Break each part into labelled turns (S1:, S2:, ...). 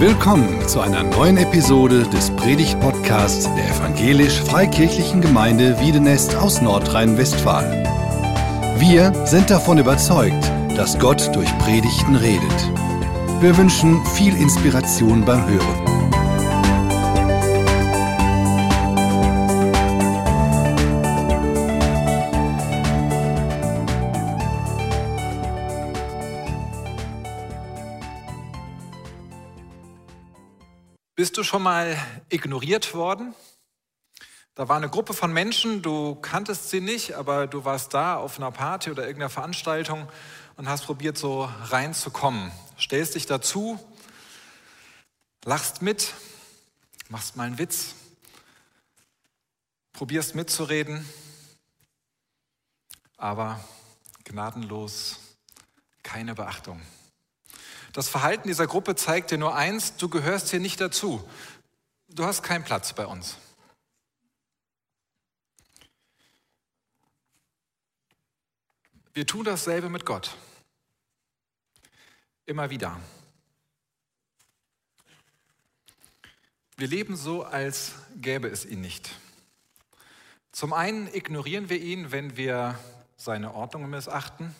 S1: Willkommen zu einer neuen Episode des Predigt-Podcasts der Evangelisch-Freikirchlichen Gemeinde Wiedenest aus Nordrhein-Westfalen. Wir sind davon überzeugt, dass Gott durch Predigten redet. Wir wünschen viel Inspiration beim Hören.
S2: Bist du schon mal ignoriert worden? Da war eine Gruppe von Menschen, du kanntest sie nicht, aber du warst da auf einer Party oder irgendeiner Veranstaltung und hast probiert, so reinzukommen. Stellst dich dazu, lachst mit, machst mal einen Witz, probierst mitzureden, aber gnadenlos keine Beachtung. Das Verhalten dieser Gruppe zeigt dir nur eins: Du gehörst hier nicht dazu. Du hast keinen Platz bei uns. Wir tun dasselbe mit Gott. Immer wieder. Wir leben so, als gäbe es ihn nicht. Zum einen ignorieren wir ihn, wenn wir seine Ordnungen missachten,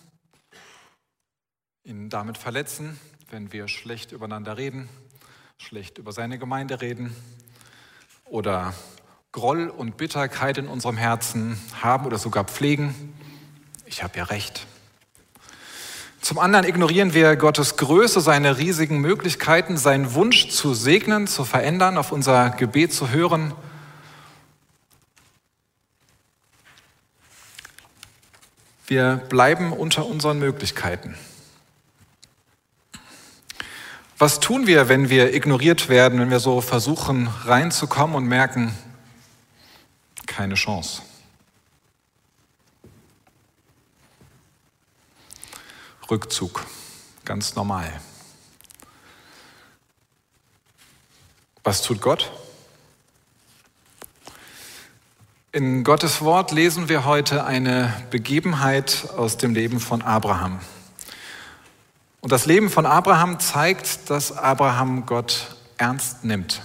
S2: ihn damit verletzen, wenn wir schlecht übereinander reden, schlecht über seine Gemeinde reden oder Groll und Bitterkeit in unserem Herzen haben oder sogar pflegen. Ich habe ja recht. Zum anderen ignorieren wir Gottes Größe, seine riesigen Möglichkeiten, seinen Wunsch zu segnen, zu verändern, auf unser Gebet zu hören. Wir bleiben unter unseren Möglichkeiten. Was tun wir, wenn wir ignoriert werden, wenn wir so versuchen reinzukommen und merken, keine Chance? Rückzug, ganz normal. Was tut Gott? In Gottes Wort lesen wir heute eine Begebenheit aus dem Leben von Abraham. Und das Leben von Abraham zeigt, dass Abraham Gott ernst nimmt.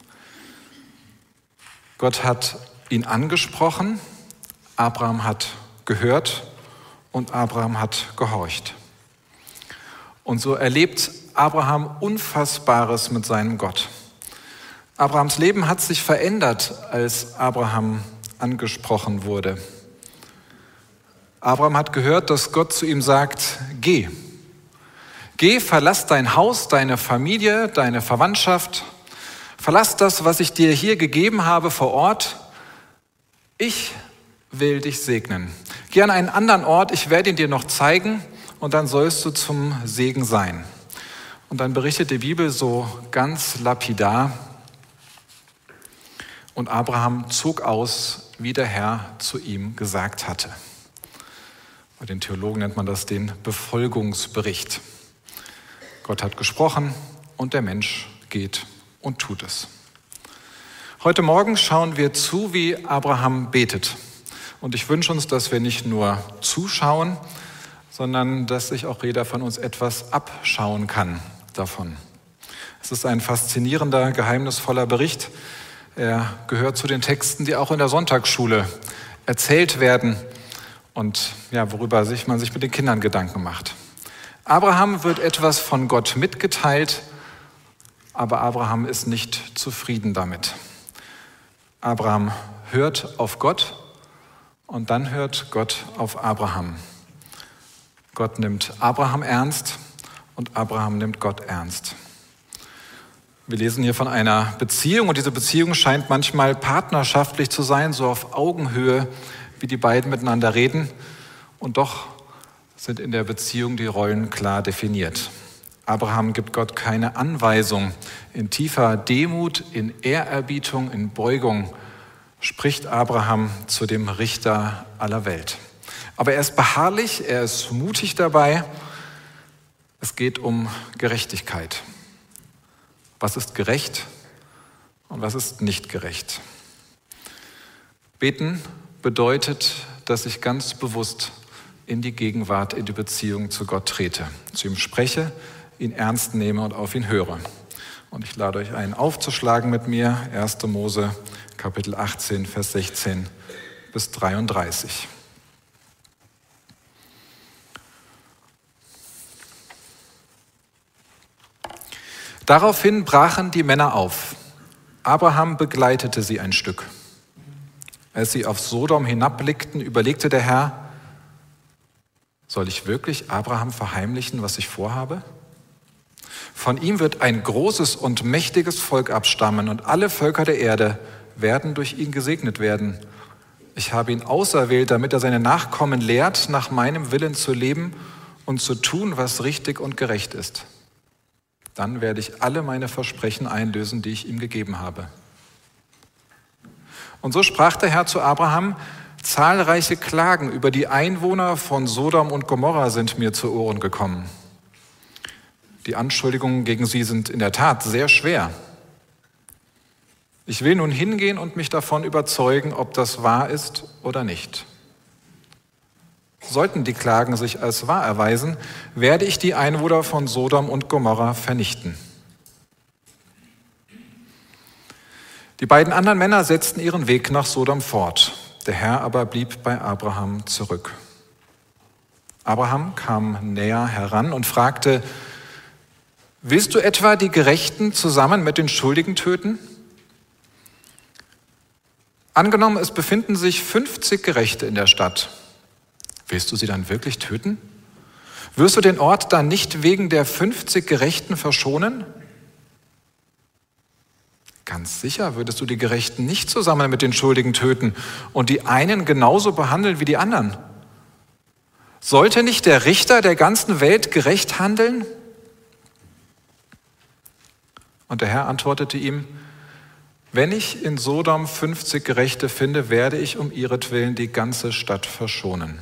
S2: Gott hat ihn angesprochen, Abraham hat gehört und Abraham hat gehorcht. Und so erlebt Abraham Unfassbares mit seinem Gott. Abrahams Leben hat sich verändert, als Abraham angesprochen wurde. Abraham hat gehört, dass Gott zu ihm sagt: Geh. Geh, verlass dein Haus, deine Familie, deine Verwandtschaft. Verlass das, was ich dir hier gegeben habe vor Ort. Ich will dich segnen. Geh an einen anderen Ort, ich werde ihn dir noch zeigen und dann sollst du zum Segen sein. Und dann berichtet die Bibel so ganz lapidar: Und Abraham zog aus, wie der Herr zu ihm gesagt hatte. Bei den Theologen nennt man das den Befolgungsbericht. Gott hat gesprochen und der Mensch geht und tut es. Heute Morgen schauen wir zu, wie Abraham betet. Und ich wünsche uns, dass wir nicht nur zuschauen, sondern dass sich auch jeder von uns etwas abschauen kann davon. Es ist ein faszinierender, geheimnisvoller Bericht. Er gehört zu den Texten, die auch in der Sonntagsschule erzählt werden und worüber man sich mit den Kindern Gedanken macht. Abraham wird etwas von Gott mitgeteilt, aber Abraham ist nicht zufrieden damit. Abraham hört auf Gott und dann hört Gott auf Abraham. Gott nimmt Abraham ernst und Abraham nimmt Gott ernst. Wir lesen hier von einer Beziehung und diese Beziehung scheint manchmal partnerschaftlich zu sein, so auf Augenhöhe, wie die beiden miteinander reden, und doch sind in der Beziehung die Rollen klar definiert. Abraham gibt Gott keine Anweisung. In tiefer Demut, in Ehrerbietung, in Beugung spricht Abraham zu dem Richter aller Welt. Aber er ist beharrlich, er ist mutig dabei. Es geht um Gerechtigkeit. Was ist gerecht und was ist nicht gerecht? Beten bedeutet, dass ich ganz bewusst in die Gegenwart, in die Beziehung zu Gott trete, zu ihm spreche, ihn ernst nehme und auf ihn höre. Und ich lade euch ein, aufzuschlagen mit mir 1. Mose, Kapitel 18, Vers 16 bis 33. Daraufhin brachen die Männer auf. Abraham begleitete sie ein Stück. Als sie auf Sodom hinabblickten, überlegte der Herr: Soll ich wirklich Abraham verheimlichen, was ich vorhabe? Von ihm wird ein großes und mächtiges Volk abstammen, und alle Völker der Erde werden durch ihn gesegnet werden. Ich habe ihn auserwählt, damit er seine Nachkommen lehrt, nach meinem Willen zu leben und zu tun, was richtig und gerecht ist. Dann werde ich alle meine Versprechen einlösen, die ich ihm gegeben habe. Und so sprach der Herr zu Abraham: Zahlreiche Klagen über die Einwohner von Sodom und Gomorra sind mir zu Ohren gekommen. Die Anschuldigungen gegen sie sind in der Tat sehr schwer. Ich will nun hingehen und mich davon überzeugen, ob das wahr ist oder nicht. Sollten die Klagen sich als wahr erweisen, werde ich die Einwohner von Sodom und Gomorra vernichten. Die beiden anderen Männer setzten ihren Weg nach Sodom fort. Der Herr aber blieb bei Abraham zurück. Abraham kam näher heran und fragte: Willst du etwa die Gerechten zusammen mit den Schuldigen töten? Angenommen, es befinden sich 50 Gerechte in der Stadt. Willst du sie dann wirklich töten? Wirst du den Ort dann nicht wegen der 50 Gerechten verschonen? Ganz sicher würdest du die Gerechten nicht zusammen mit den Schuldigen töten und die einen genauso behandeln wie die anderen. Sollte nicht der Richter der ganzen Welt gerecht handeln? Und der Herr antwortete ihm: Wenn ich in Sodom 50 Gerechte finde, werde ich um ihretwillen die ganze Stadt verschonen.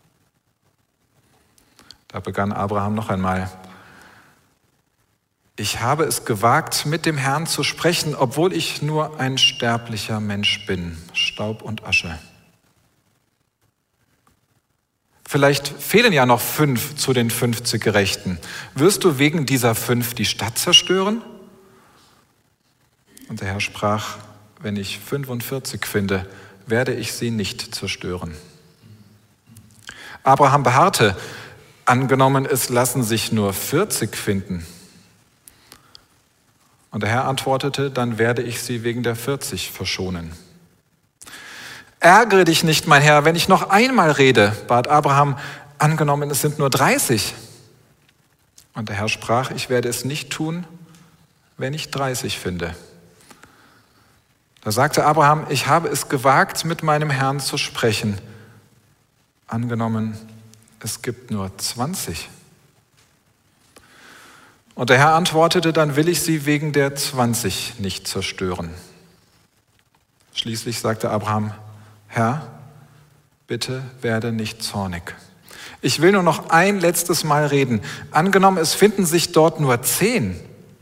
S2: Da begann Abraham noch einmal: Ich habe es gewagt, mit dem Herrn zu sprechen, obwohl ich nur ein sterblicher Mensch bin, Staub und Asche. Vielleicht fehlen ja noch 5 zu den 50 Gerechten. Wirst du wegen dieser 5 die Stadt zerstören? Und der Herr sprach: Wenn ich 45 finde, werde ich sie nicht zerstören. Abraham beharrte: Angenommen, es lassen sich nur 40 finden. Und der Herr antwortete: Dann werde ich sie wegen der 40 verschonen. Ärgere dich nicht, mein Herr, wenn ich noch einmal rede, bat Abraham. Angenommen, es sind nur 30. Und der Herr sprach: Ich werde es nicht tun, wenn ich 30 finde. Da sagte Abraham: Ich habe es gewagt, mit meinem Herrn zu sprechen. Angenommen, es gibt nur 20. Und der Herr antwortete: Dann will ich sie wegen der 20 nicht zerstören. Schließlich sagte Abraham: Herr, bitte werde nicht zornig. Ich will nur noch ein letztes Mal reden. Angenommen, es finden sich dort nur 10.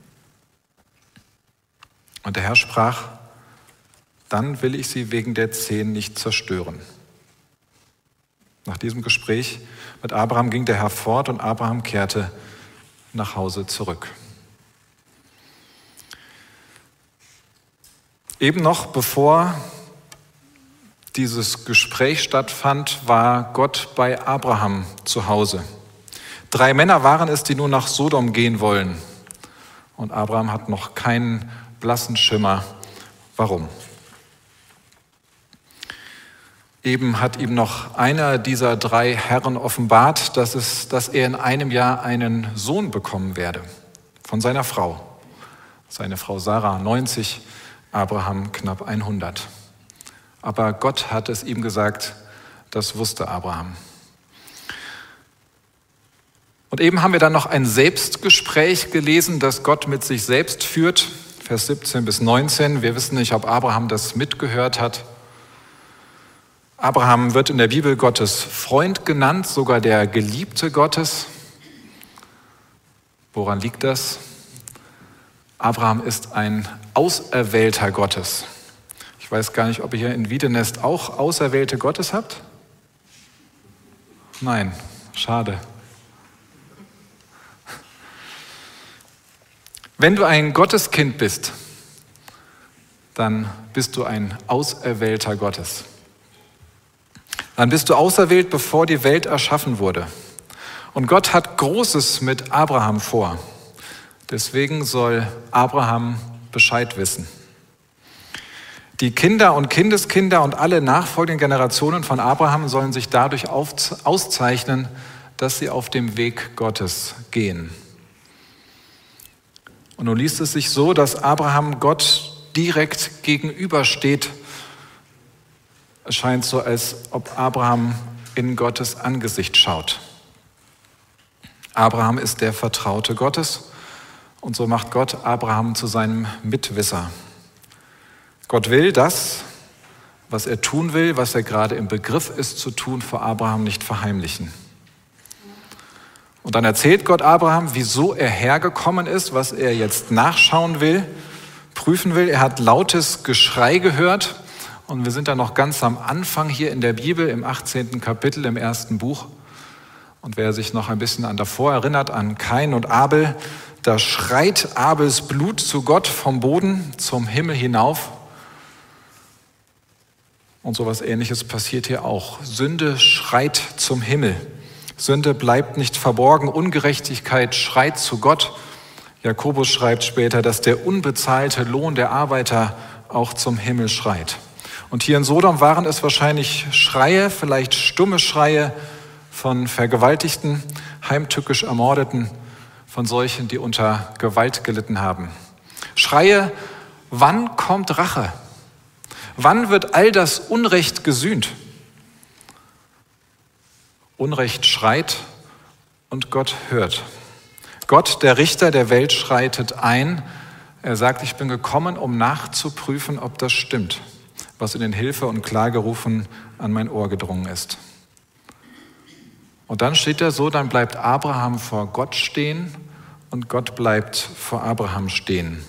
S2: Und der Herr sprach: Dann will ich sie wegen der 10 nicht zerstören. Nach diesem Gespräch mit Abraham ging der Herr fort und Abraham kehrte nach Hause zurück. Eben noch bevor dieses Gespräch stattfand, war Gott bei Abraham zu Hause. 3 Männer waren es, die nun nach Sodom gehen wollen. Und Abraham hat noch keinen blassen Schimmer, warum. Eben hat ihm noch einer dieser 3 Herren offenbart, dass er in einem Jahr einen Sohn bekommen werde von seiner Frau. Seine Frau Sarah 90, Abraham knapp 100. Aber Gott hat es ihm gesagt, das wusste Abraham. Und eben haben wir dann noch ein Selbstgespräch gelesen, das Gott mit sich selbst führt, Vers 17 bis 19. Wir wissen nicht, ob Abraham das mitgehört hat. Abraham wird in der Bibel Gottes Freund genannt, sogar der Geliebte Gottes. Woran liegt das? Abraham ist ein Auserwählter Gottes. Ich weiß gar nicht, ob ihr hier in Wiedenest auch Auserwählte Gottes habt? Nein, schade. Wenn du ein Gotteskind bist, dann bist du ein Auserwählter Gottes. Dann bist du auserwählt, bevor die Welt erschaffen wurde. Und Gott hat Großes mit Abraham vor. Deswegen soll Abraham Bescheid wissen. Die Kinder und Kindeskinder und alle nachfolgenden Generationen von Abraham sollen sich dadurch auszeichnen, dass sie auf dem Weg Gottes gehen. Und nun liest es sich so, dass Abraham Gott direkt gegenübersteht. Es scheint so, als ob Abraham in Gottes Angesicht schaut. Abraham ist der Vertraute Gottes und so macht Gott Abraham zu seinem Mitwisser. Gott will das, was er tun will, was er gerade im Begriff ist zu tun, vor Abraham nicht verheimlichen. Und dann erzählt Gott Abraham, wieso er hergekommen ist, was er jetzt nachschauen will, prüfen will. Er hat lautes Geschrei gehört und wir sind da noch ganz am Anfang hier in der Bibel, im 18. Kapitel, im 1. Buch. Und wer sich noch ein bisschen an davor erinnert, an Kain und Abel, da schreit Abels Blut zu Gott vom Boden zum Himmel hinauf. Und so etwas Ähnliches passiert hier auch. Sünde schreit zum Himmel. Sünde bleibt nicht verborgen. Ungerechtigkeit schreit zu Gott. Jakobus schreibt später, dass der unbezahlte Lohn der Arbeiter auch zum Himmel schreit. Und hier in Sodom waren es wahrscheinlich Schreie, vielleicht stumme Schreie von Vergewaltigten, heimtückisch Ermordeten, von solchen, die unter Gewalt gelitten haben. Schreie, wann kommt Rache? Wann wird all das Unrecht gesühnt? Unrecht schreit und Gott hört. Gott, der Richter der Welt, schreitet ein. Er sagt, ich bin gekommen, um nachzuprüfen, ob das stimmt, was in den Hilfe- und Klagerufen an mein Ohr gedrungen ist. Und dann steht er so, dann bleibt Abraham vor Gott stehen und Gott bleibt vor Abraham stehen.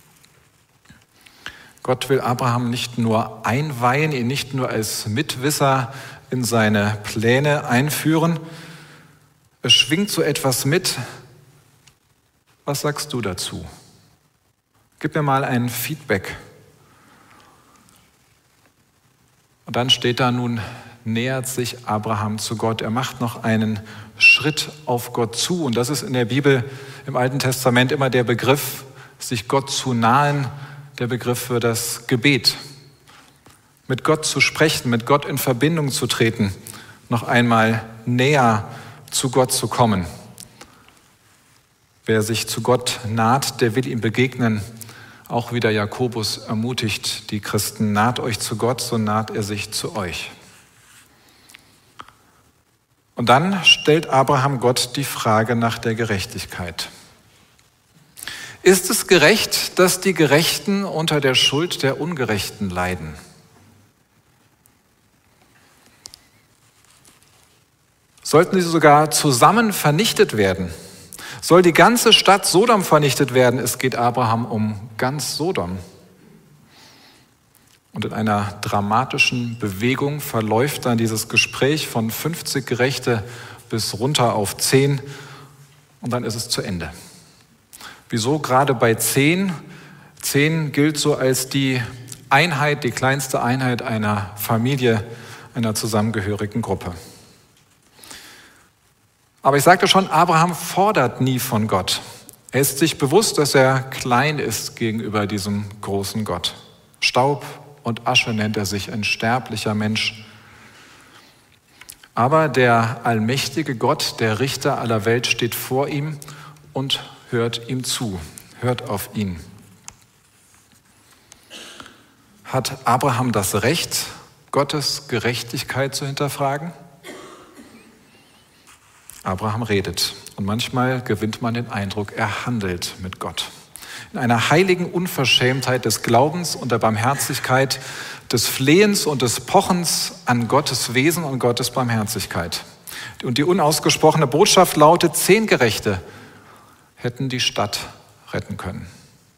S2: Gott will Abraham nicht nur einweihen, ihn nicht nur als Mitwisser in seine Pläne einführen. Es schwingt so etwas mit. Was sagst du dazu? Gib mir mal ein Feedback. Und dann steht da nun, nähert sich Abraham zu Gott. Er macht noch einen Schritt auf Gott zu. Und das ist in der Bibel, im Alten Testament immer der Begriff, sich Gott zu nahen, der Begriff für das Gebet. Mit Gott zu sprechen, mit Gott in Verbindung zu treten, noch einmal näher zu Gott zu kommen. Wer sich zu Gott naht, der will ihm begegnen. Auch wieder Jakobus ermutigt die Christen, naht euch zu Gott, so naht er sich zu euch. Und dann stellt Abraham Gott die Frage nach der Gerechtigkeit. Ist es gerecht, dass die Gerechten unter der Schuld der Ungerechten leiden? Sollten sie sogar zusammen vernichtet werden? Soll die ganze Stadt Sodom vernichtet werden? Es geht Abraham um ganz Sodom. Und in einer dramatischen Bewegung verläuft dann dieses Gespräch von 50 Gerechte bis runter auf 10 und dann ist es zu Ende. Wieso gerade bei 10? 10 gilt so als die Einheit, die kleinste Einheit einer Familie, einer zusammengehörigen Gruppe. Aber ich sagte schon, Abraham fordert nie von Gott. Er ist sich bewusst, dass er klein ist gegenüber diesem großen Gott. Staub und Asche nennt er sich, ein sterblicher Mensch. Aber der allmächtige Gott, der Richter aller Welt, steht vor ihm und hört ihm zu, hört auf ihn. Hat Abraham das Recht, Gottes Gerechtigkeit zu hinterfragen? Abraham redet und manchmal gewinnt man den Eindruck, er handelt mit Gott. In einer heiligen Unverschämtheit des Glaubens und der Barmherzigkeit, des Flehens und des Pochens an Gottes Wesen und Gottes Barmherzigkeit. Und die unausgesprochene Botschaft lautet, 10 Gerechte hätten die Stadt retten können.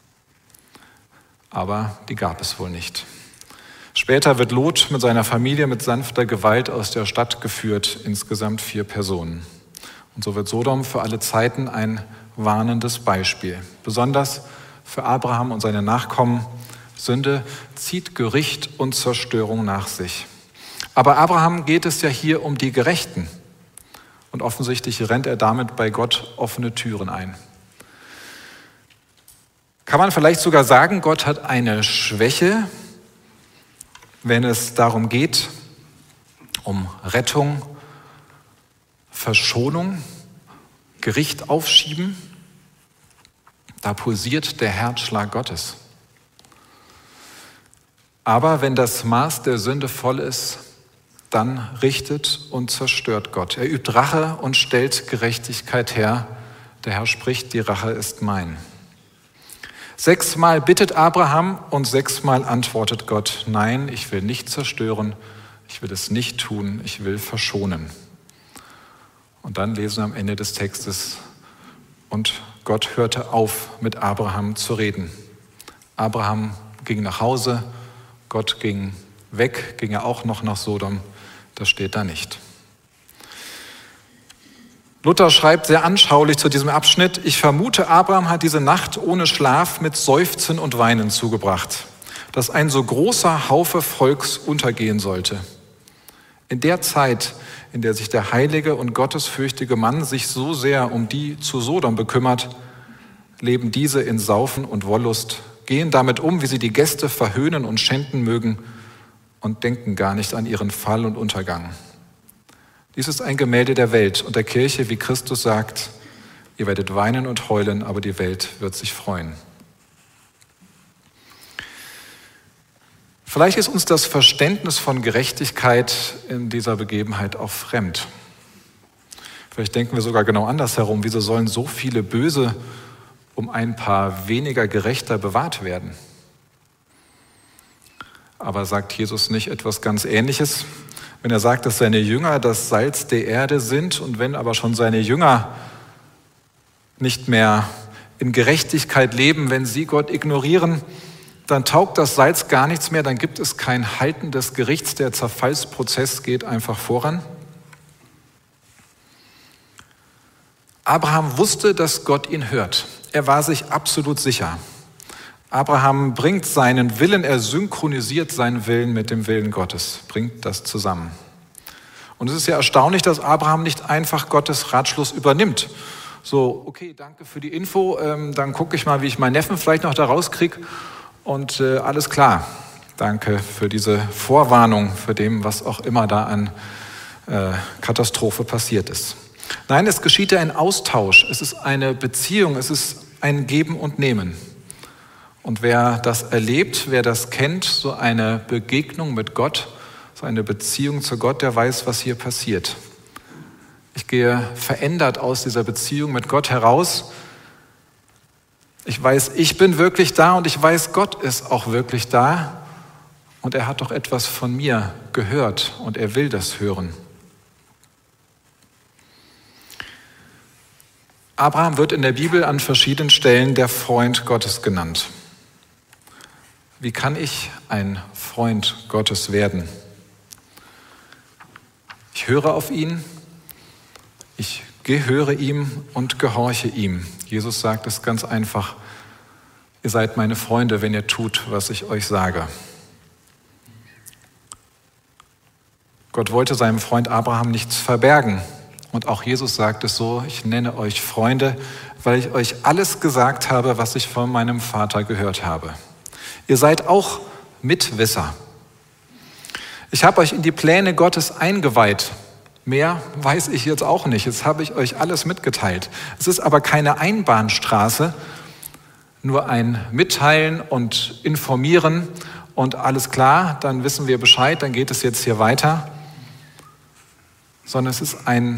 S2: Aber die gab es wohl nicht. Später wird Lot mit seiner Familie mit sanfter Gewalt aus der Stadt geführt, insgesamt 4 Personen. Und so wird Sodom für alle Zeiten ein warnendes Beispiel. Besonders für Abraham und seine Nachkommen. Sünde zieht Gericht und Zerstörung nach sich. Aber Abraham geht es ja hier um die Gerechten. Und offensichtlich rennt er damit bei Gott offene Türen ein. Kann man vielleicht sogar sagen, Gott hat eine Schwäche, wenn es darum geht, um Rettung, Verschonung, Gericht aufschieben? Da pulsiert der Herzschlag Gottes. Aber wenn das Maß der Sünde voll ist, dann richtet und zerstört Gott. Er übt Rache und stellt Gerechtigkeit her. Der Herr spricht, die Rache ist mein. 6-mal bittet Abraham und 6-mal antwortet Gott, nein, ich will nicht zerstören, ich will es nicht tun, ich will verschonen. Und dann lesen wir am Ende des Textes, und Gott hörte auf, mit Abraham zu reden. Abraham ging nach Hause, Gott ging weg, ging er auch noch nach Sodom, das steht da nicht. Luther schreibt sehr anschaulich zu diesem Abschnitt, ich vermute, Abraham hat diese Nacht ohne Schlaf mit Seufzen und Weinen zugebracht, dass ein so großer Haufe Volks untergehen sollte. In der Zeit, in der sich der heilige und gottesfürchtige Mann sich so sehr um die zu Sodom bekümmert, leben diese in Saufen und Wollust, gehen damit um, wie sie die Gäste verhöhnen und schänden mögen und denken gar nicht an ihren Fall und Untergang. Dies ist ein Gemälde der Welt und der Kirche, wie Christus sagt, ihr werdet weinen und heulen, aber die Welt wird sich freuen. Vielleicht ist uns das Verständnis von Gerechtigkeit in dieser Begebenheit auch fremd. Vielleicht denken wir sogar genau andersherum. Wieso sollen so viele Böse um ein paar weniger Gerechter bewahrt werden? Aber sagt Jesus nicht etwas ganz Ähnliches, wenn er sagt, dass seine Jünger das Salz der Erde sind und wenn aber schon seine Jünger nicht mehr in Gerechtigkeit leben, wenn sie Gott ignorieren, dann taugt das Salz gar nichts mehr, dann gibt es kein Halten des Gerichts, der Zerfallsprozess geht einfach voran. Abraham wusste, dass Gott ihn hört. Er war sich absolut sicher. Abraham bringt seinen Willen, er synchronisiert seinen Willen mit dem Willen Gottes, bringt das zusammen. Und es ist ja erstaunlich, dass Abraham nicht einfach Gottes Ratschluss übernimmt. So, okay, danke für die Info, dann gucke ich mal, wie ich meinen Neffen vielleicht noch da rauskriege. Und alles klar, danke für diese Vorwarnung, für dem, was auch immer da an Katastrophe passiert ist. Nein, es geschieht ja ein Austausch, es ist eine Beziehung, es ist ein Geben und Nehmen. Und wer das erlebt, wer das kennt, so eine Begegnung mit Gott, so eine Beziehung zu Gott, der weiß, was hier passiert. Ich gehe verändert aus dieser Beziehung mit Gott heraus. Ich weiß, ich bin wirklich da und ich weiß, Gott ist auch wirklich da und er hat doch etwas von mir gehört und er will das hören. Abraham wird in der Bibel an verschiedenen Stellen der Freund Gottes genannt. Wie kann ich ein Freund Gottes werden? Ich höre auf ihn, ich gehöre ihm und gehorche ihm. Jesus sagt es ganz einfach, ihr seid meine Freunde, wenn ihr tut, was ich euch sage. Gott wollte seinem Freund Abraham nichts verbergen. Und auch Jesus sagt es so, ich nenne euch Freunde, weil ich euch alles gesagt habe, was ich von meinem Vater gehört habe. Ihr seid auch Mitwisser. Ich habe euch in die Pläne Gottes eingeweiht. Mehr weiß ich jetzt auch nicht. Jetzt habe ich euch alles mitgeteilt. Es ist aber keine Einbahnstraße, nur ein Mitteilen und Informieren und alles klar, dann wissen wir Bescheid, dann geht es jetzt hier weiter. Sondern es ist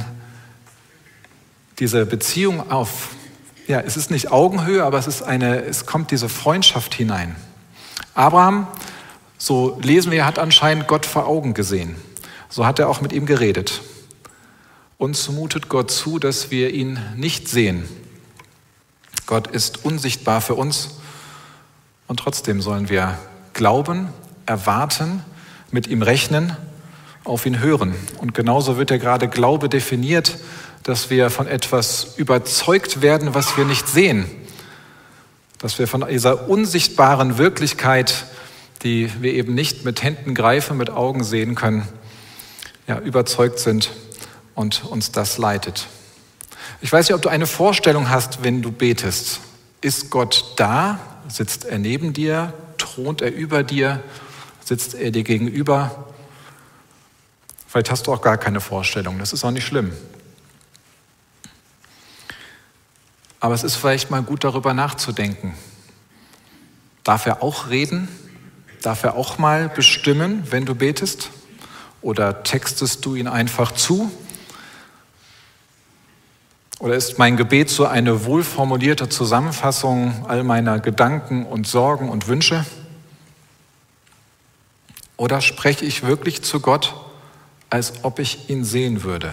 S2: diese Beziehung es ist nicht Augenhöhe, aber es kommt diese Freundschaft hinein. Abraham, so lesen wir, hat anscheinend Gott vor Augen gesehen. So hat er auch mit ihm geredet. Uns mutet Gott zu, dass wir ihn nicht sehen. Gott ist unsichtbar für uns und trotzdem sollen wir glauben, erwarten, mit ihm rechnen auf ihn hören. Und genauso wird ja gerade Glaube definiert, dass wir von etwas überzeugt werden, was wir nicht sehen. Dass wir von dieser unsichtbaren Wirklichkeit, die wir eben nicht mit Händen greifen, mit Augen sehen können, ja, überzeugt sind und uns das leitet. Ich weiß nicht, ob du eine Vorstellung hast, wenn du betest. Ist Gott da? Sitzt er neben dir? Thront er über dir? Sitzt er dir gegenüber? Vielleicht hast du auch gar keine Vorstellung. Das ist auch nicht schlimm. Aber es ist vielleicht mal gut, darüber nachzudenken. Darf er auch reden? Darf er auch mal bestimmen, wenn du betest? Oder textest du ihn einfach zu? Oder ist mein Gebet so eine wohlformulierte Zusammenfassung all meiner Gedanken und Sorgen und Wünsche? Oder spreche ich wirklich zu Gott, als ob ich ihn sehen würde?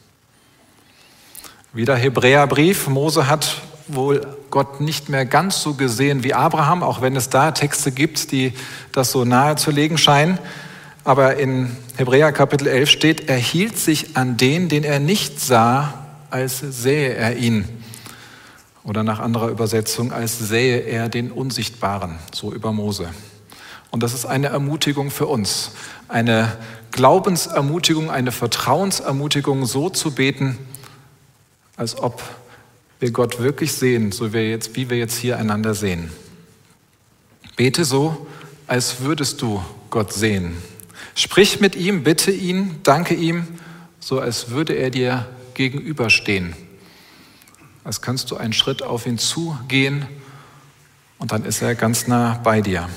S2: Wieder Hebräerbrief. Mose hat wohl Gott nicht mehr ganz so gesehen wie Abraham, auch wenn es da Texte gibt, die das so nahe zu legen scheinen. Aber in Hebräer Kapitel 11 steht, er hielt sich an den er nicht sah, als sähe er ihn. Oder nach anderer Übersetzung, als sähe er den Unsichtbaren, so über Mose. Und das ist eine Ermutigung für uns, eine Glaubensermutigung, eine Vertrauensermutigung, so zu beten, als ob wir Gott wirklich sehen, so wie wir jetzt hier einander sehen. Bete so, als würdest du Gott sehen. Sprich mit ihm, bitte ihn, danke ihm, so als würde er dir gegenüberstehen. Als kannst du einen Schritt auf ihn zugehen und dann ist er ganz nah bei dir.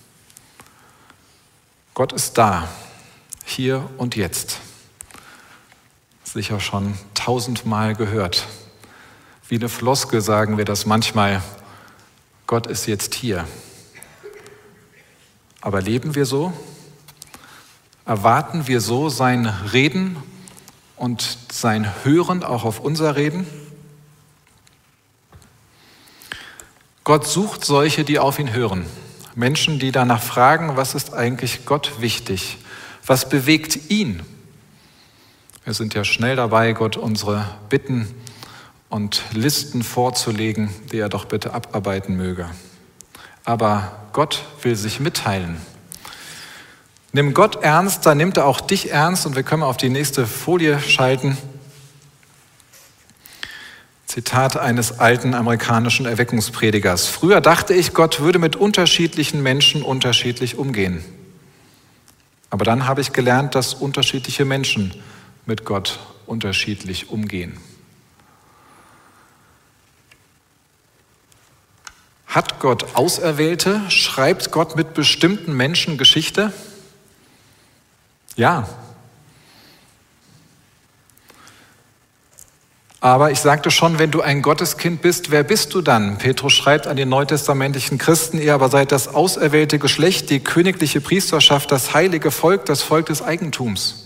S2: Gott ist da, hier und jetzt. Sicher schon 1000-mal gehört. Wie eine Floskel sagen wir das manchmal, Gott ist jetzt hier. Aber leben wir so? Erwarten wir so sein Reden und sein Hören auch auf unser Reden? Gott sucht solche, die auf ihn hören. Menschen, die danach fragen, was ist eigentlich Gott wichtig? Was bewegt ihn? Wir sind ja schnell dabei, Gott unsere Bitten und Listen vorzulegen, die er doch bitte abarbeiten möge. Aber Gott will sich mitteilen. Nimm Gott ernst, dann nimmt er auch dich ernst. Und wir können auf die nächste Folie schalten. Zitat eines alten amerikanischen Erweckungspredigers. Früher dachte ich, Gott würde mit unterschiedlichen Menschen unterschiedlich umgehen. Aber dann habe ich gelernt, dass unterschiedliche Menschen mit Gott unterschiedlich umgehen. Hat Gott Auserwählte? Schreibt Gott mit bestimmten Menschen Geschichte? Ja. Aber ich sagte schon, wenn du ein Gotteskind bist, wer bist du dann? Petrus schreibt an die neutestamentlichen Christen, ihr aber seid das auserwählte Geschlecht, die königliche Priesterschaft, das heilige Volk, das Volk des Eigentums.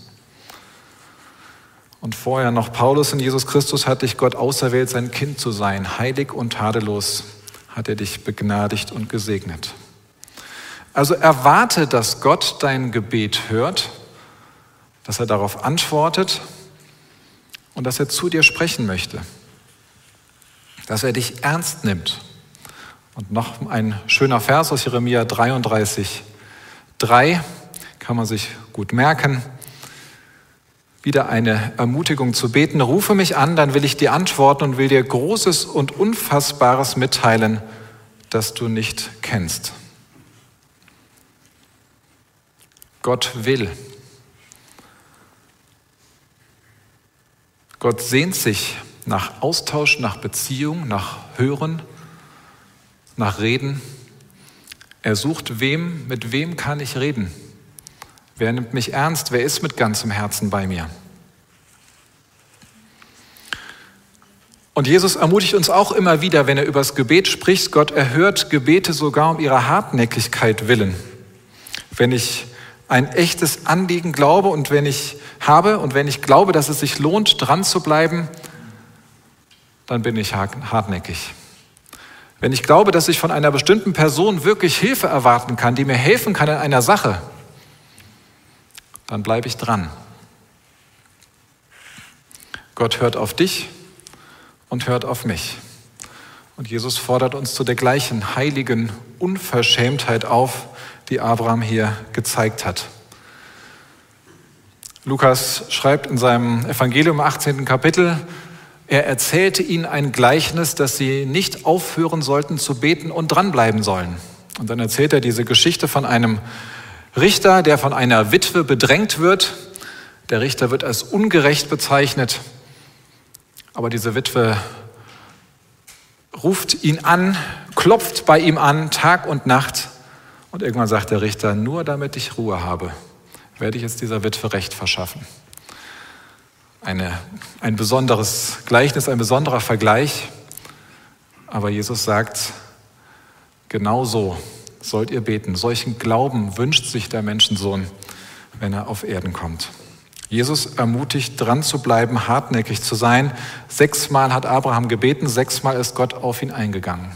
S2: Und vorher noch Paulus: in Jesus Christus hat dich Gott auserwählt, sein Kind zu sein. Heilig und tadellos hat er dich begnadigt und gesegnet. Also erwarte, dass Gott dein Gebet hört, dass er darauf antwortet und dass er zu dir sprechen möchte, dass er dich ernst nimmt. Und noch ein schöner Vers aus Jeremia 33,3 kann man sich gut merken. Wieder eine Ermutigung zu beten. Rufe mich an, dann will ich dir antworten und will dir Großes und Unfassbares mitteilen, das du nicht kennst. Gott will. Gott sehnt sich nach Austausch, nach Beziehung, nach Hören, nach Reden. Er sucht, mit wem kann ich reden? Wer nimmt mich ernst? Wer ist mit ganzem Herzen bei mir? Und Jesus ermutigt uns auch immer wieder, wenn er über das Gebet spricht, Gott erhört Gebete sogar um ihrer Hartnäckigkeit willen. Wenn ich ein echtes Anliegen glaube und wenn ich glaube, dass es sich lohnt, dran zu bleiben, dann bin ich hartnäckig. Wenn ich glaube, dass ich von einer bestimmten Person wirklich Hilfe erwarten kann, die mir helfen kann in einer Sache, dann bleibe ich dran. Gott hört auf dich und hört auf mich. Und Jesus fordert uns zu der gleichen heiligen Unverschämtheit auf, die Abraham hier gezeigt hat. Lukas schreibt in seinem Evangelium im 18. Kapitel, er erzählte ihnen ein Gleichnis, dass sie nicht aufhören sollten zu beten und dranbleiben sollen. Und dann erzählt er diese Geschichte von einem Richter, der von einer Witwe bedrängt wird. Der Richter wird als ungerecht bezeichnet, aber diese Witwe ruft ihn an, klopft bei ihm an, Tag und Nacht. Und irgendwann sagt der Richter, nur damit ich Ruhe habe, werde ich jetzt dieser Witwe Recht verschaffen. Ein besonderes Gleichnis, ein besonderer Vergleich. Aber Jesus sagt, genauso sollt ihr beten. Solchen Glauben wünscht sich der Menschensohn, wenn er auf Erden kommt. Jesus ermutigt, dran zu bleiben, hartnäckig zu sein. 6-mal hat Abraham gebeten, 6-mal ist Gott auf ihn eingegangen.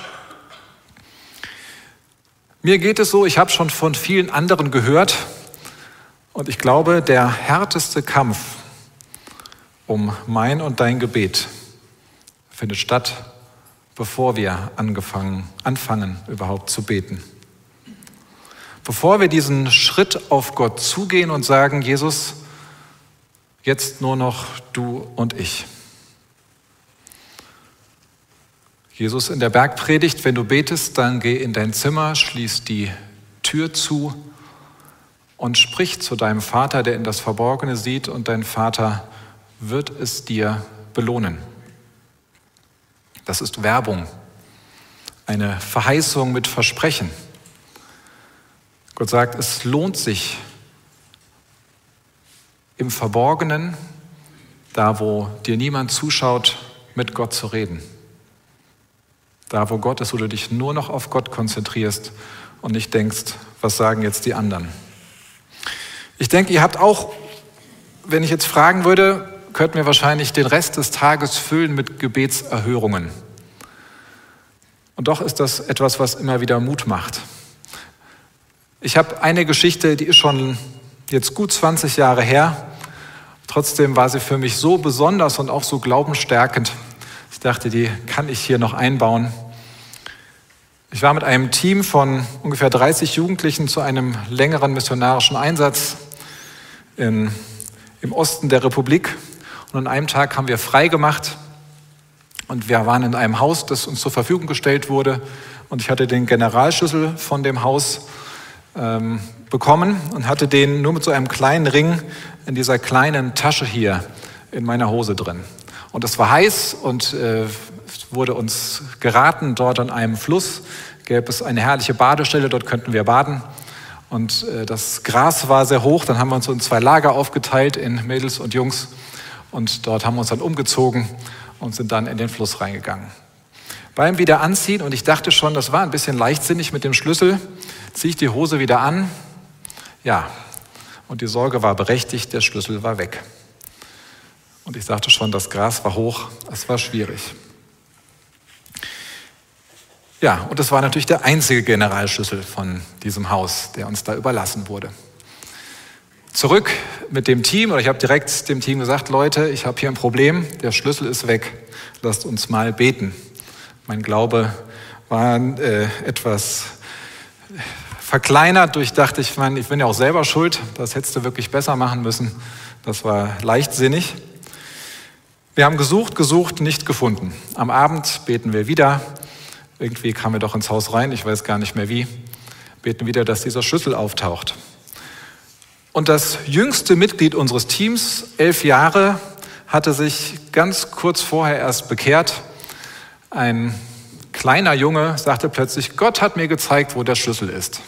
S2: Mir geht es so, ich habe schon von vielen anderen gehört und ich glaube, der härteste Kampf um mein und dein Gebet findet statt, bevor wir anfangen überhaupt zu beten. Bevor wir diesen Schritt auf Gott zugehen und sagen, Jesus, jetzt nur noch du und ich. Jesus in der Bergpredigt, wenn du betest, dann geh in dein Zimmer, schließ die Tür zu und sprich zu deinem Vater, der in das Verborgene sieht, und dein Vater wird es dir belohnen. Das ist Werbung, eine Verheißung mit Versprechen. Gott sagt, es lohnt sich, im Verborgenen, da wo dir niemand zuschaut, mit Gott zu reden. Da wo Gott ist, wo du dich nur noch auf Gott konzentrierst und nicht denkst, was sagen jetzt die anderen. Ich denke, ihr habt auch, wenn ich jetzt fragen würde, könnten wir wahrscheinlich den Rest des Tages füllen mit Gebetserhörungen. Und doch ist das etwas, was immer wieder Mut macht. Ich habe eine Geschichte, die ist schon jetzt gut 20 Jahre her. Trotzdem war sie für mich so besonders und auch so glaubensstärkend. Ich dachte, die kann ich hier noch einbauen. Ich war mit einem Team von ungefähr 30 Jugendlichen zu einem längeren missionarischen Einsatz im Osten der Republik. Und an einem Tag haben wir frei gemacht und wir waren in einem Haus, das uns zur Verfügung gestellt wurde. Und ich hatte den Generalschlüssel von dem Haus bekommen und hatte den nur mit so einem kleinen Ring in dieser kleinen Tasche hier in meiner Hose drin. Und es war heiß und wurde uns geraten, dort an einem Fluss gäbe es eine herrliche Badestelle, dort könnten wir baden. Und das Gras war sehr hoch, dann haben wir uns so in 2 Lager aufgeteilt, in Mädels und Jungs. Und dort haben wir uns dann umgezogen und sind dann in den Fluss reingegangen. Beim Wiederanziehen, und ich dachte schon, das war ein bisschen leichtsinnig mit dem Schlüssel, ziehe ich die Hose wieder an. Ja, und die Sorge war berechtigt, der Schlüssel war weg. Und ich sagte schon, das Gras war hoch, es war schwierig. Ja, und das war natürlich der einzige Generalschlüssel von diesem Haus, der uns da überlassen wurde. Zurück mit dem Team, oder ich habe direkt dem Team gesagt, Leute, ich habe hier ein Problem, der Schlüssel ist weg, lasst uns mal beten. Mein Glaube war etwas verkleinert, ich dachte, ich bin ja auch selber schuld, das hättest du wirklich besser machen müssen. Das war leichtsinnig. Wir haben gesucht, nicht gefunden. Am Abend beten wir wieder. Irgendwie kamen wir doch ins Haus rein, ich weiß gar nicht mehr wie. Beten wieder, dass dieser Schlüssel auftaucht. Und das jüngste Mitglied unseres Teams, 11 Jahre, hatte sich ganz kurz vorher erst bekehrt. Ein kleiner Junge sagte plötzlich, Gott hat mir gezeigt, wo der Schlüssel ist.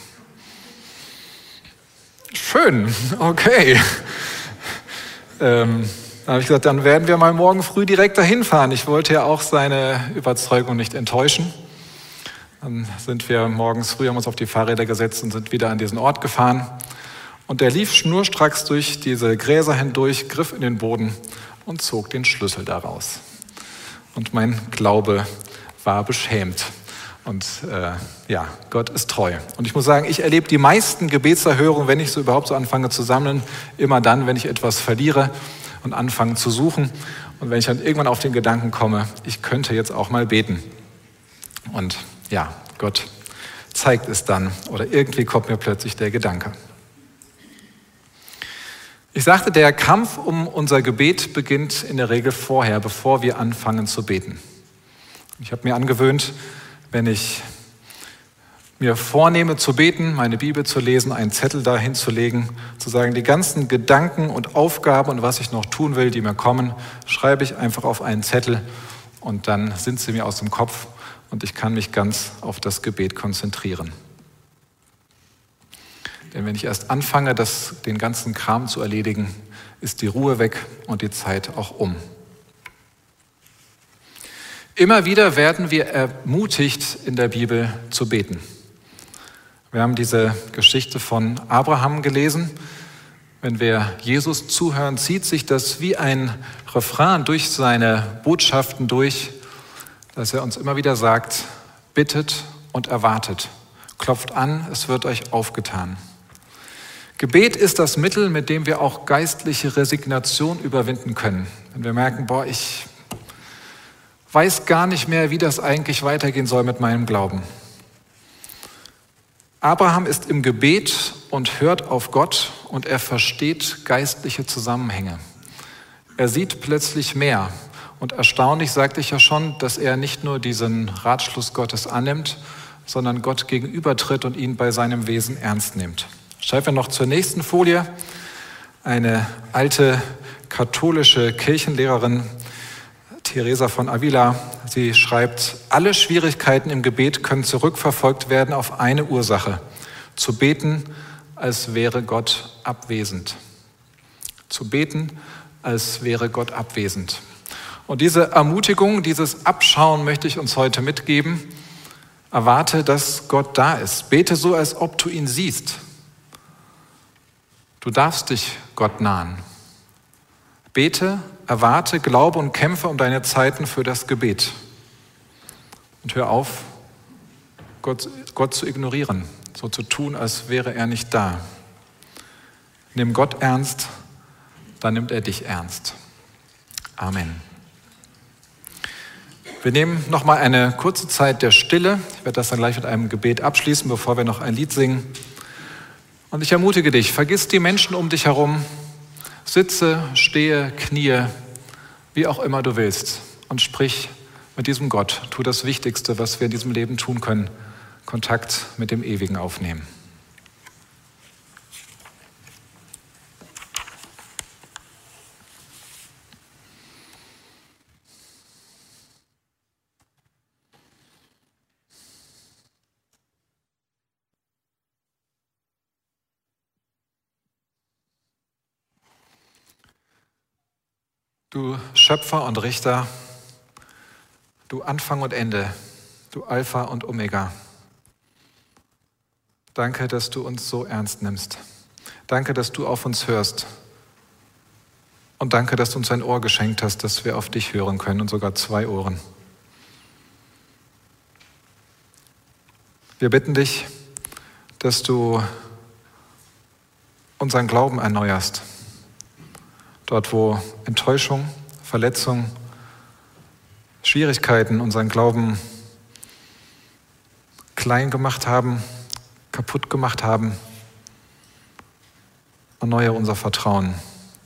S2: Schön, okay. Dann habe ich gesagt, dann werden wir mal morgen früh direkt dahin fahren. Ich wollte ja auch seine Überzeugung nicht enttäuschen. Dann sind wir morgens früh, haben uns auf die Fahrräder gesetzt und sind wieder an diesen Ort gefahren. Und er lief schnurstracks durch diese Gräser hindurch, griff in den Boden und zog den Schlüssel daraus. Und mein Glaube war beschämt. Und Gott ist treu. Und ich muss sagen, ich erlebe die meisten Gebetserhörungen, wenn ich so überhaupt so anfange zu sammeln, immer dann, wenn ich etwas verliere und anfange zu suchen. Und wenn ich dann irgendwann auf den Gedanken komme, ich könnte jetzt auch mal beten. Und ja, Gott zeigt es dann. Oder irgendwie kommt mir plötzlich der Gedanke. Ich sagte, der Kampf um unser Gebet beginnt in der Regel vorher, bevor wir anfangen zu beten. Ich habe mir angewöhnt, wenn ich mir vornehme zu beten, meine Bibel zu lesen, einen Zettel dahin zu legen, zu sagen, die ganzen Gedanken und Aufgaben und was ich noch tun will, die mir kommen, schreibe ich einfach auf einen Zettel und dann sind sie mir aus dem Kopf und ich kann mich ganz auf das Gebet konzentrieren. Denn wenn ich erst anfange, den ganzen Kram zu erledigen, ist die Ruhe weg und die Zeit auch um. Immer wieder werden wir ermutigt, in der Bibel zu beten. Wir haben diese Geschichte von Abraham gelesen. Wenn wir Jesus zuhören, zieht sich das wie ein Refrain durch seine Botschaften durch, dass er uns immer wieder sagt, bittet und erwartet, klopft an, es wird euch aufgetan. Gebet ist das Mittel, mit dem wir auch geistliche Resignation überwinden können. Wenn wir merken, ich weiß gar nicht mehr, wie das eigentlich weitergehen soll mit meinem Glauben. Abraham ist im Gebet und hört auf Gott und er versteht geistliche Zusammenhänge. Er sieht plötzlich mehr. Und erstaunlich sagte ich ja schon, dass er nicht nur diesen Ratschluss Gottes annimmt, sondern Gott gegenübertritt und ihn bei seinem Wesen ernst nimmt. Schreiben wir noch zur nächsten Folie. Eine alte katholische Kirchenlehrerin, Teresa von Avila, sie schreibt, alle Schwierigkeiten im Gebet können zurückverfolgt werden auf eine Ursache. Zu beten, als wäre Gott abwesend. Zu beten, als wäre Gott abwesend. Und diese Ermutigung, dieses Abschauen möchte ich uns heute mitgeben. Erwarte, dass Gott da ist. Bete so, als ob du ihn siehst. Du darfst dich Gott nahen. Bete, erwarte, glaube und kämpfe um deine Zeiten für das Gebet. Und hör auf, Gott zu ignorieren, so zu tun, als wäre er nicht da. Nimm Gott ernst, dann nimmt er dich ernst. Amen. Wir nehmen nochmal eine kurze Zeit der Stille. Ich werde das dann gleich mit einem Gebet abschließen, bevor wir noch ein Lied singen. Und ich ermutige dich, vergiss die Menschen um dich herum, sitze, stehe, kniee, wie auch immer du willst und sprich mit diesem Gott. Tu das Wichtigste, was wir in diesem Leben tun können, Kontakt mit dem Ewigen aufnehmen. Du Schöpfer und Richter, du Anfang und Ende, du Alpha und Omega. Danke, dass du uns so ernst nimmst. Danke, dass du auf uns hörst. Und danke, dass du uns ein Ohr geschenkt hast, dass wir auf dich hören können und sogar 2 Ohren. Wir bitten dich, dass du unseren Glauben erneuerst. Dort, wo Enttäuschung, Verletzung, Schwierigkeiten unseren Glauben klein gemacht haben, kaputt gemacht haben, erneuere unser Vertrauen.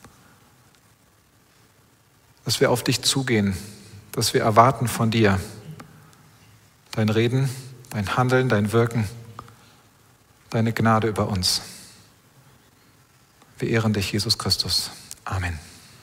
S2: Dass wir auf dich zugehen, dass wir erwarten von dir dein Reden, dein Handeln, dein Wirken, deine Gnade über uns. Wir ehren dich, Jesus Christus. Amen.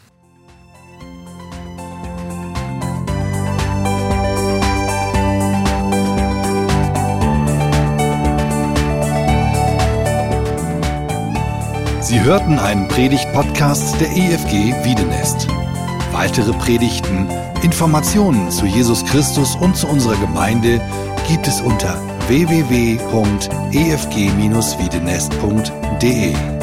S1: Sie hörten einen Predigt-Podcast der EFG Wiedenest. Weitere Predigten, Informationen zu Jesus Christus und zu unserer Gemeinde gibt es unter www.efg-wiedenest.de.